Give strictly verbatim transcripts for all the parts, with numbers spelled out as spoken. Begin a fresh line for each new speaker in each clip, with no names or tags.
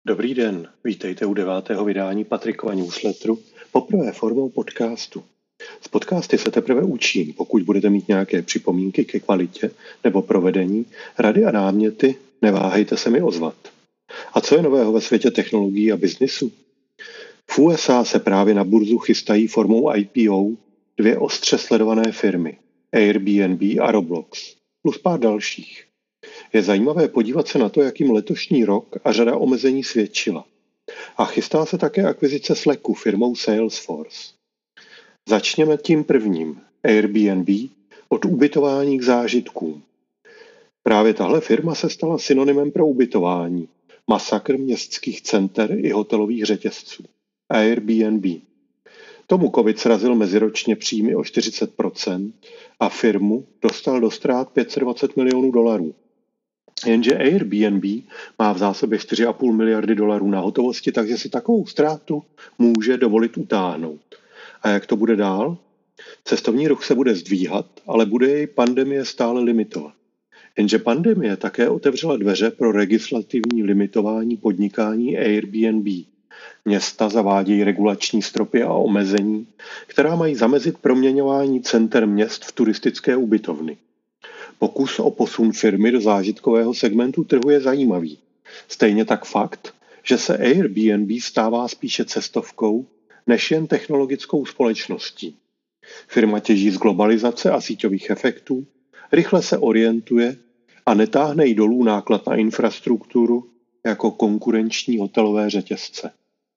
Dobrý den, vítejte u devátého vydání Patrikova newsletteru, poprvé formou podcastu. Z podcasty se teprve učím, pokud budete mít nějaké připomínky ke kvalitě nebo provedení, rady a náměty, neváhejte se mi ozvat. A co je nového ve světě technologií a biznisu? V U S A se právě na burzu chystají formou I P O dvě ostře sledované firmy, Airbnb a Roblox, plus pár dalších. Je zajímavé podívat se na to, jak jim letošní rok a řada omezení svědčila. A chystá se také akvizice Slacku firmou Salesforce. Začněme tím prvním, Airbnb, od ubytování k zážitkům. Právě tahle firma se stala synonymem pro ubytování, masakr městských center i hotelových řetězců. Airbnb. Tomu covid srazil meziročně příjmy o čtyřicet procent a firmu dostal do ztrát pět set dvacet milionů dolarů. Jenže Airbnb má v zásobě čtyři a půl miliardy dolarů na hotovosti, takže si takovou ztrátu může dovolit utáhnout. A jak to bude dál? Cestovní ruch se bude zdvíhat, ale bude jej pandemie stále limitovat. Jenže pandemie také otevřela dveře pro legislativní limitování podnikání Airbnb. Města zavádějí regulační stropy a omezení, která mají zamezit proměňování center měst v turistické ubytovny. Pokus o posun firmy do zážitkového segmentu trhu je zajímavý. Stejně tak fakt, že se Airbnb stává spíše cestovkou než jen technologickou společností. Firma těží z globalizace a síťových efektů, rychle se orientuje a netáhne jí dolů náklad na infrastrukturu jako konkurenční hotelové řetězce.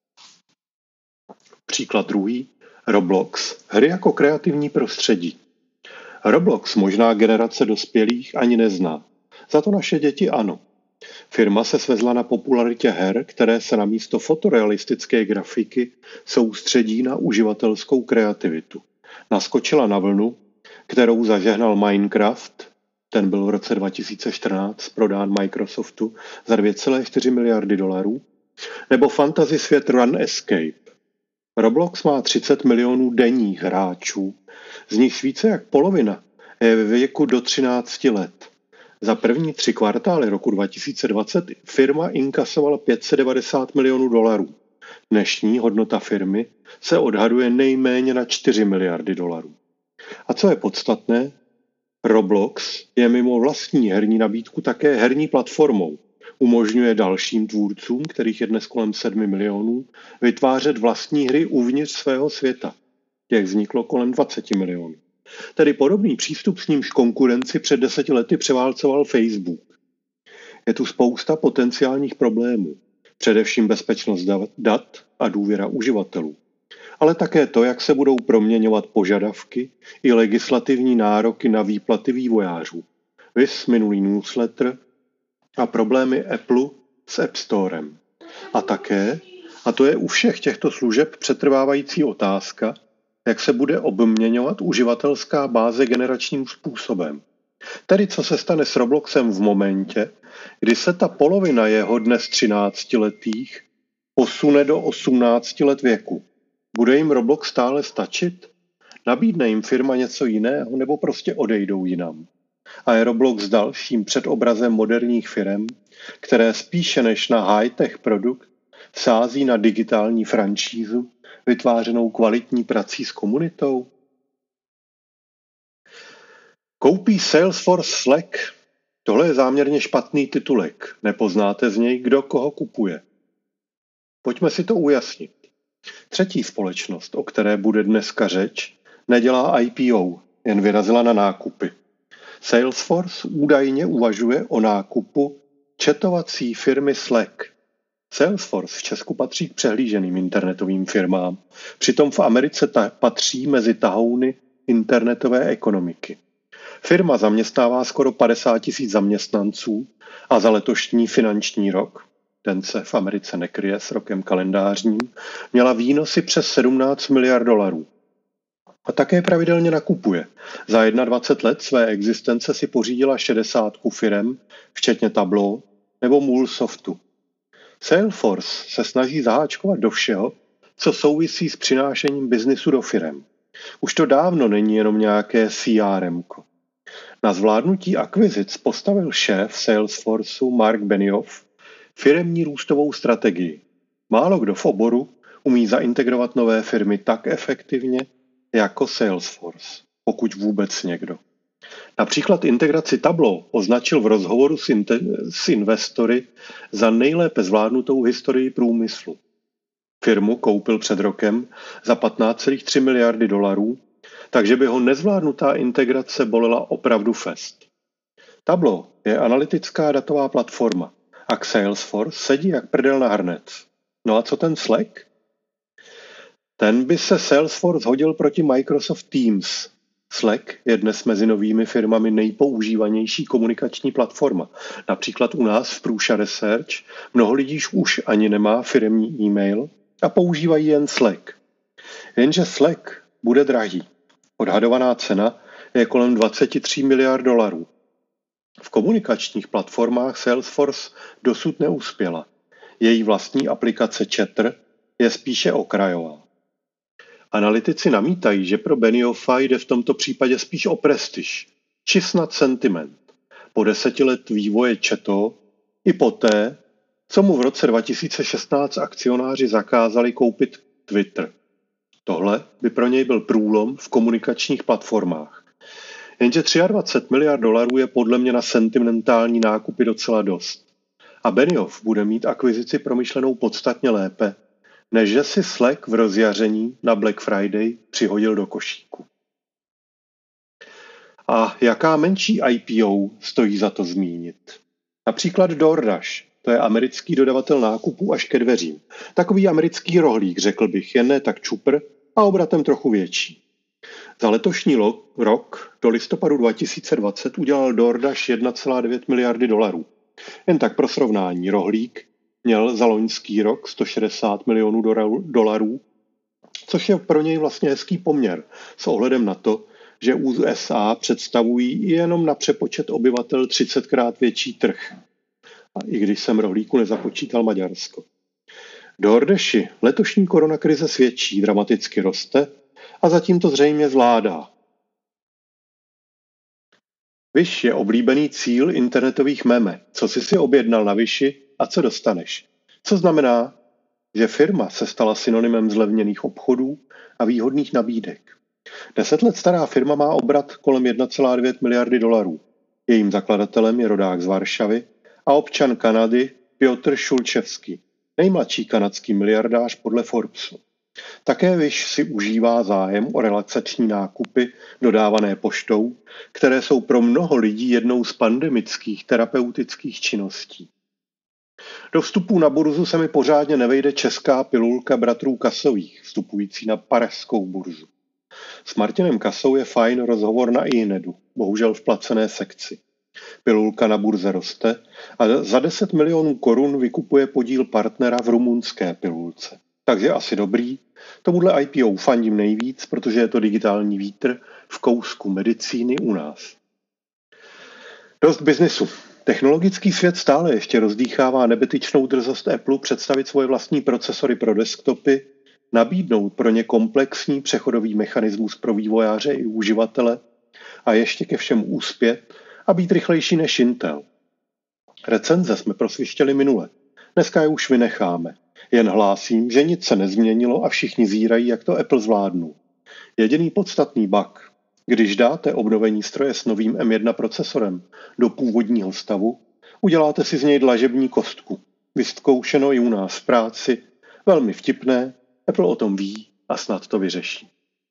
Příklad druhý, Roblox, hry jako kreativní prostředí. Roblox možná generace dospělých ani nezná, za to naše děti ano. Firma se svezla na popularitě her, které se namísto fotorealistické grafiky soustředí na uživatelskou kreativitu. Naskočila na vlnu, kterou zažehnal Minecraft, ten byl v roce dva tisíce čtrnáct prodán Microsoftu za dvě celé čtyři miliardy dolarů, nebo fantasy svět Run Escape. Roblox má třicet milionů denních hráčů, z nich více jak polovina je ve věku do třinácti let. Za první tři kvartály roku dva tisíce dvacet firma inkasovala pět set devadesát milionů dolarů. Dnešní hodnota firmy se odhaduje nejméně na čtyři miliardy dolarů. A co je podstatné? Roblox je mimo vlastní herní nabídku také herní platformou. Umožňuje dalším tvůrcům, kterých je dnes kolem sedmi milionů, vytvářet vlastní hry uvnitř svého světa. Jak vzniklo kolem dvacet milionů. Tedy podobný přístup, s nímž konkurenci před deseti lety převálcoval Facebook. Je tu spousta potenciálních problémů, především bezpečnost dat a důvěra uživatelů. Ale také to, jak se budou proměňovat požadavky i legislativní nároky na výplaty vývojářů. Viz minulý newsletter a problémy Apple s App Storem. A také, a to je u všech těchto služeb přetrvávající otázka, jak se bude obměňovat uživatelská báze generačním způsobem. Tedy co se stane s Robloxem v momentě, kdy se ta polovina jeho dnes třináctiletých posune do osmnácti let věku. Bude jim Roblox stále stačit? Nabídne jim firma něco jiného nebo prostě odejdou jinam? A je Roblox dalším předobrazem moderních firem, které spíše než na high-tech produkt sází na digitální franšízu, vytvářenou kvalitní prací s komunitou? Koupí Salesforce Slack? Tohle je záměrně špatný titulek. Nepoznáte z něj, kdo koho kupuje. Pojďme si to ujasnit. Třetí společnost, o které bude dneska řeč, nedělá I P O, jen vyrazila na nákupy. Salesforce údajně uvažuje o nákupu chatovací firmy Slack. Salesforce v Česku patří k přehlíženým internetovým firmám, přitom v Americe ta- patří mezi tahouny internetové ekonomiky. Firma zaměstnává skoro padesát tisíc zaměstnanců a za letošní finanční rok, ten se v Americe nekryje s rokem kalendářním, měla výnosy přes sedmnáct miliard dolarů. A také pravidelně nakupuje. Za dvacet jedna let své existence si pořídila šedesátku firem, včetně Tableau nebo MuleSoftu. Salesforce se snaží zaháčkovat do všeho, co souvisí s přinášením biznisu do firem. Už to dávno není jenom nějaké C R M ko. Na zvládnutí akvizic postavil šéf Salesforceu Mark Benioff firemní růstovou strategii. Málo kdo v oboru umí zaintegrovat nové firmy tak efektivně jako Salesforce, pokud vůbec někdo. Například integraci Tableau označil v rozhovoru s, inte- s investory za nejlépe zvládnutou historii průmyslu. Firmu koupil před rokem za patnáct celá tři miliardy dolarů, takže by ho nezvládnutá integrace bolela opravdu fest. Tableau je analytická datová platforma a k Salesforce sedí jak prdel na hrnec. No a co ten Slack? Ten by se Salesforce hodil proti Microsoft Teams. Slack je dnes mezi novými firmami nejpoužívanější komunikační platforma. Například u nás v Průša Research mnoho lidí už ani nemá firemní e-mail a používají jen Slack. Jenže Slack bude drahý. Odhadovaná cena je kolem dvacet tři miliard dolarů. V komunikačních platformách Salesforce dosud neuspěla. Její vlastní aplikace Chatter je spíše okrajová. Analytici namítají, že pro Beniofa jde v tomto případě spíš o prestiž, či snad sentiment. Po deseti let vývoje Chato i poté, co mu v roce dva tisíce šestnáct akcionáři zakázali koupit Twitter. Tohle by pro něj byl průlom v komunikačních platformách. Jenže dvacet tři miliard dolarů je podle mě na sentimentální nákupy docela dost. A Benioff bude mít akvizici promyšlenou podstatně lépe, než že si Slack v rozjaření na Black Friday přihodil do košíku. A jaká menší I P O stojí za to zmínit? Například DoorDash, to je americký dodavatel nákupů až ke dveřím. Takový americký rohlík, řekl bych, jen ne tak čupr a obratem trochu větší. Za letošní rok do listopadu dva tisíce dvacet udělal DoorDash jedna celá devět miliardy dolarů. Jen tak pro srovnání, rohlík měl za loňský rok sto šedesát milionů dolarů, což je pro něj vlastně hezký poměr s ohledem na to, že U S A představují jenom na přepočet obyvatel třicetkrát větší trh. A i když jsem rohlíku nezapočítal Maďarsko. DoorDashi letošní koronakrize svědčí, dramaticky roste a zatím to zřejmě zvládá. Wish je oblíbený cíl internetových meme. Co jsi si objednal na Wishi a co dostaneš? Co znamená, že firma se stala synonymem zlevněných obchodů a výhodných nabídek. Deset let stará firma má obrat kolem jedna celá devět miliardy dolarů. Jejím zakladatelem je rodák z Varšavy a občan Kanady Piotr Šulčevský, nejmladší kanadský miliardář podle Forbesu. Také Wish si užívá zájem o relaxační nákupy dodávané poštou, které jsou pro mnoho lidí jednou z pandemických terapeutických činností. Do vstupů na burzu se mi pořádně nevejde česká pilulka bratrů Kasových, vstupující na pařížskou burzu. S Martinem Kasou je fajn rozhovor na iHnedu, bohužel v placené sekci. Pilulka na burze roste a za deset milionů korun vykupuje podíl partnera v rumunské pilulce. Takže asi dobrý. Tomuhle I P O fandím nejvíc, protože je to digitální vítr v kousku medicíny u nás. Dost biznisu. Technologický svět stále ještě rozdýchává nebetyčnou drzost Apple představit svoje vlastní procesory pro desktopy, nabídnout pro ně komplexní přechodový mechanismus pro vývojáře i uživatele a ještě ke všemu uspět a být rychlejší než Intel. Recenze jsme prosvištěli minule. Dneska je už vynecháme. Jen hlásím, že nic se nezměnilo a všichni zírají, jak to Apple zvládnou. Jediný podstatný bug. Když dáte obnovení stroje s novým M jedna procesorem do původního stavu, uděláte si z něj dlažební kostku. Vyzkoušeno i u nás v práci. Velmi vtipné, Apple o tom ví a snad to vyřeší.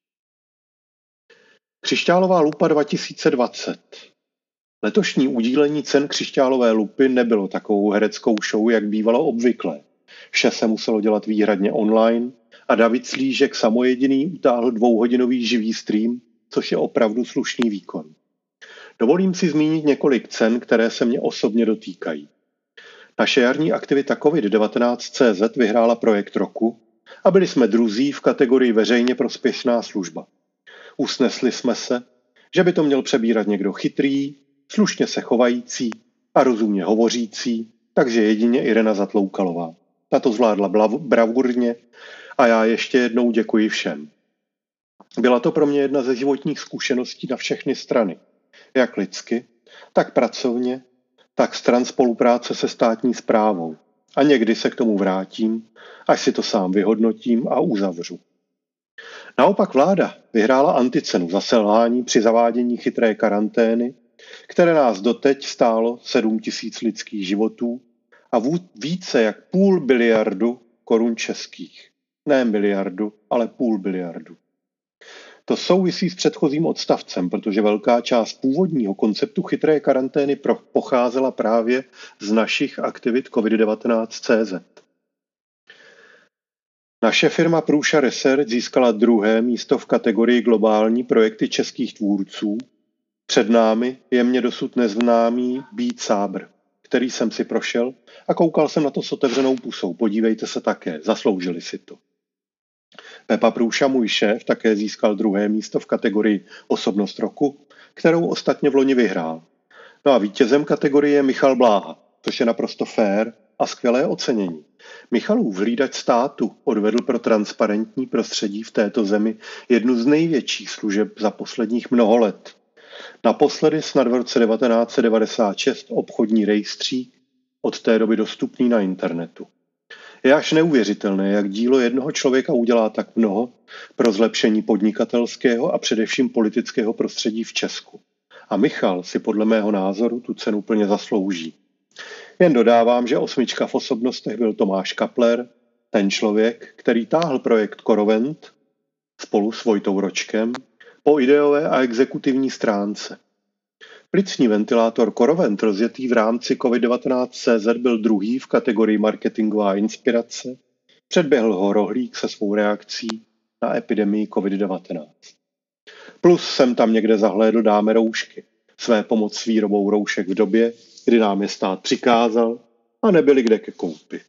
Křišťálová lupa dva tisíce dvacet. Letošní udílení cen křišťálové lupy nebylo takovou hereckou show, jak bývalo obvyklé. Vše se muselo dělat výhradně online a David Slížek samojediný utáhl dvouhodinový živý stream, což je opravdu slušný výkon. Dovolím si zmínit několik cen, které se mě osobně dotýkají. Naše jarní aktivita covid devatenáct tečka cé zet vyhrála projekt roku a byli jsme druzí v kategorii veřejně prospěšná služba. Usnesli jsme se, že by to měl přebírat někdo chytrý, slušně se chovající a rozumně hovořící, takže jedině Irena Zatloukalová. Ta to zvládla bravurně a já ještě jednou děkuji všem. Byla to pro mě jedna ze životních zkušeností na všechny strany. Jak lidsky, tak pracovně, tak stran spolupráce se státní správou. a někdy se k tomu vrátím, až si to sám vyhodnotím a uzavřu. Naopak vláda vyhrála anticenu za selhání při zavádění chytré karantény, které nás doteď stálo sedm tisíc lidských životů a více jak půl biliardu korun českých. Ne miliardu, ale půl biliardu. To souvisí s předchozím odstavcem, protože velká část původního konceptu chytré karantény pocházela právě z našich aktivit covid devatenáct tečka cé zet. Naše firma Průša Research získala druhé místo v kategorii globální projekty českých tvůrců. Před námi je mně dosud neznámý Beat Saber, který jsem si prošel a koukal jsem na to s otevřenou pusou. Podívejte se také, zasloužili si to. Pepa Průša, můj šéf, také získal druhé místo v kategorii Osobnost roku, kterou ostatně v loni vyhrál. No a vítězem kategorie je Michal Bláha, což je naprosto fér a skvělé ocenění. Michalův hlídač státu odvedl pro transparentní prostředí v této zemi jednu z největších služeb za posledních mnoho let. Naposledy snad v roce devatenáct set devadesát šest obchodní rejstřík, od té doby dostupný na internetu. Je až neuvěřitelné, jak dílo jednoho člověka udělá tak mnoho pro zlepšení podnikatelského a především politického prostředí v Česku. A Michal si podle mého názoru tu cenu plně zaslouží. Jen dodávám, že osmička v osobnostech byl Tomáš Kapler, ten člověk, který táhl projekt Korovent spolu s Vojtou Ročkem po ideové a exekutivní stránce. Plicní ventilátor Korovent rozjetý v rámci covid devatenáct tečka cé zet byl druhý v kategorii marketingová inspirace, předběhl ho Rohlík se svou reakcí na epidemii covid devatenáct. Plus jsem tam někde zahlédl Dáme roušky, své pomoc s výrobou roušek v době, kdy nám je stát přikázal a nebyly kde ke koupi.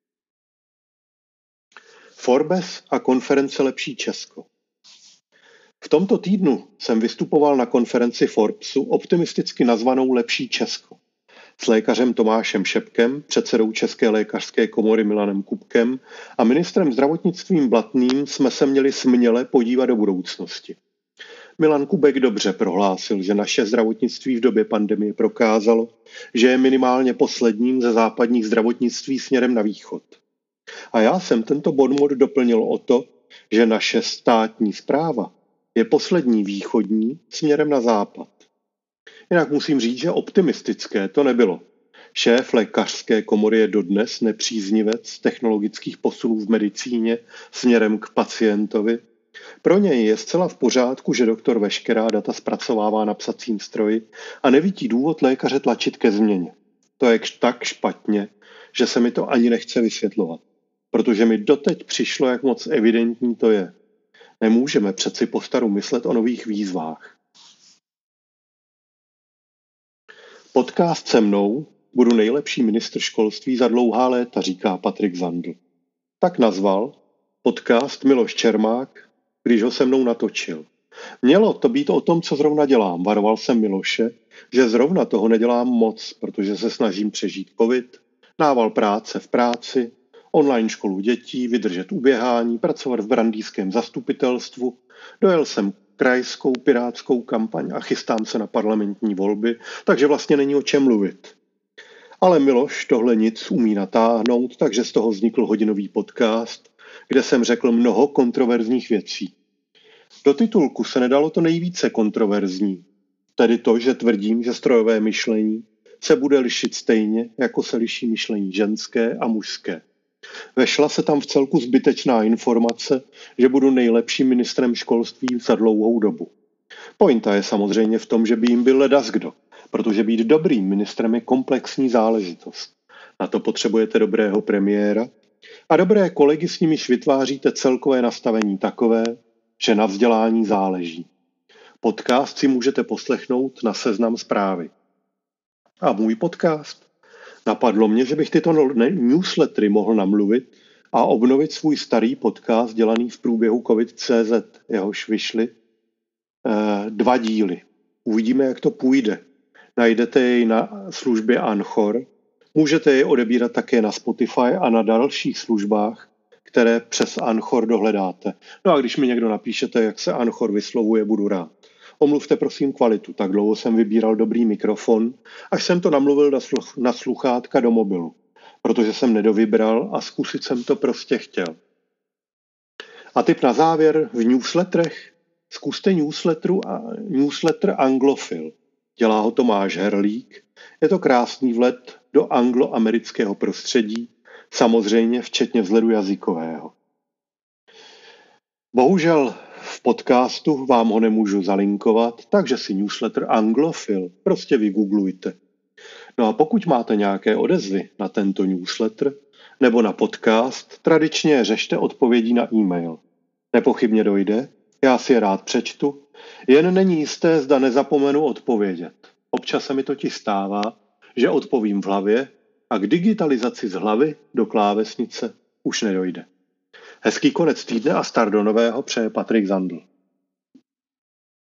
Forbes a konference Lepší Česko. V tomto týdnu jsem vystupoval na konferenci Forbesu optimisticky nazvanou Lepší Česko s lékařem Tomášem Šepkem, předsedou České lékařské komory Milanem Kubkem a ministrem zdravotnictvím Blatným jsme se měli směle podívat do budoucnosti. Milan Kubek dobře prohlásil, že naše zdravotnictví v době pandemie prokázalo, že je minimálně posledním ze západních zdravotnictví směrem na východ. A já jsem tento bodmod doplnil o to, že naše státní správa je poslední východní směrem na západ. Jinak musím říct, že optimistické to nebylo. Šéf lékařské komory je dodnes nepříznivec technologických posunů v medicíně směrem k pacientovi. Pro něj je zcela v pořádku, že doktor veškerá data zpracovává na psacím stroji a nevidí důvod lékaře tlačit ke změně. To je tak špatně, že se mi to ani nechce vysvětlovat, protože mi doteď přišlo, jak moc evidentní to je. Nemůžeme přeci postaru myslet o nových výzvách. Podcast se mnou budu nejlepší ministr školství za dlouhá léta, říká Patrik Zandl. Tak nazval podcast Miloš Čermák, když ho se mnou natočil. Mělo to být o tom, co zrovna dělám. Varoval jsem Miloše, že zrovna toho nedělám moc, protože se snažím přežít covid, nával práce v práci, online školu dětí, vydržet uběhání, pracovat v brandýském zastupitelstvu. Dojel jsem krajskou pirátskou kampaň a chystám se na parlamentní volby, takže vlastně není o čem mluvit. Ale Miloš tohle nic umí natáhnout, takže z toho vznikl hodinový podcast, kde jsem řekl mnoho kontroverzních věcí. Do titulku se nedalo to nejvíce kontroverzní, tedy to, že tvrdím, že strojové myšlení se bude lišit stejně, jako se liší myšlení ženské a mužské. Vešla se tam v celku zbytečná informace, že budu nejlepším ministrem školství za dlouhou dobu. Pointa je samozřejmě v tom, že by jim byl ledaskdo, protože být dobrým ministrem je komplexní záležitost. Na to potřebujete dobrého premiéra a dobré kolegy, s nimiž vytváříte celkové nastavení takové, že na vzdělání záleží. Podcast si můžete poslechnout na Seznam Zprávy. A můj podcast? Napadlo mě, že bych tyto newslettery mohl namluvit a obnovit svůj starý podcast dělaný v průběhu covid tečka cé zet, jehož vyšly eh, dva díly. Uvidíme, jak to půjde. Najdete jej na službě Anchor. Můžete je odebírat také na Spotify a na dalších službách, které přes Anchor dohledáte. No a když mi někdo napíšete, jak se Anchor vyslovuje, budu rád. Omluvte prosím kvalitu, tak dlouho jsem vybíral dobrý mikrofon, až jsem to namluvil na sluchátka do mobilu. protože jsem nedovybral a zkusit jsem to prostě chtěl. A tip na závěr v newsletterech. Zkuste newsletteru a newsletter Anglofil. Dělá ho Tomáš Herlík. Je to krásný vlet do angloamerického prostředí, samozřejmě včetně vzhledu jazykového. Bohužel v podcastu vám ho nemůžu zalinkovat, takže si newsletter Anglofil prostě vygooglujte. No a pokud máte nějaké odezvy na tento newsletter nebo na podcast, tradičně řešte odpovědí na e-mail. Nepochybně dojde, já si je rád přečtu, jen není jisté, zda nezapomenu odpovědět. Občas se mi totiž stává, že odpovím v hlavě a k digitalizaci z hlavy do klávesnice už nedojde. Hezký konec týdne a start do nového přeje Patrik Zandl.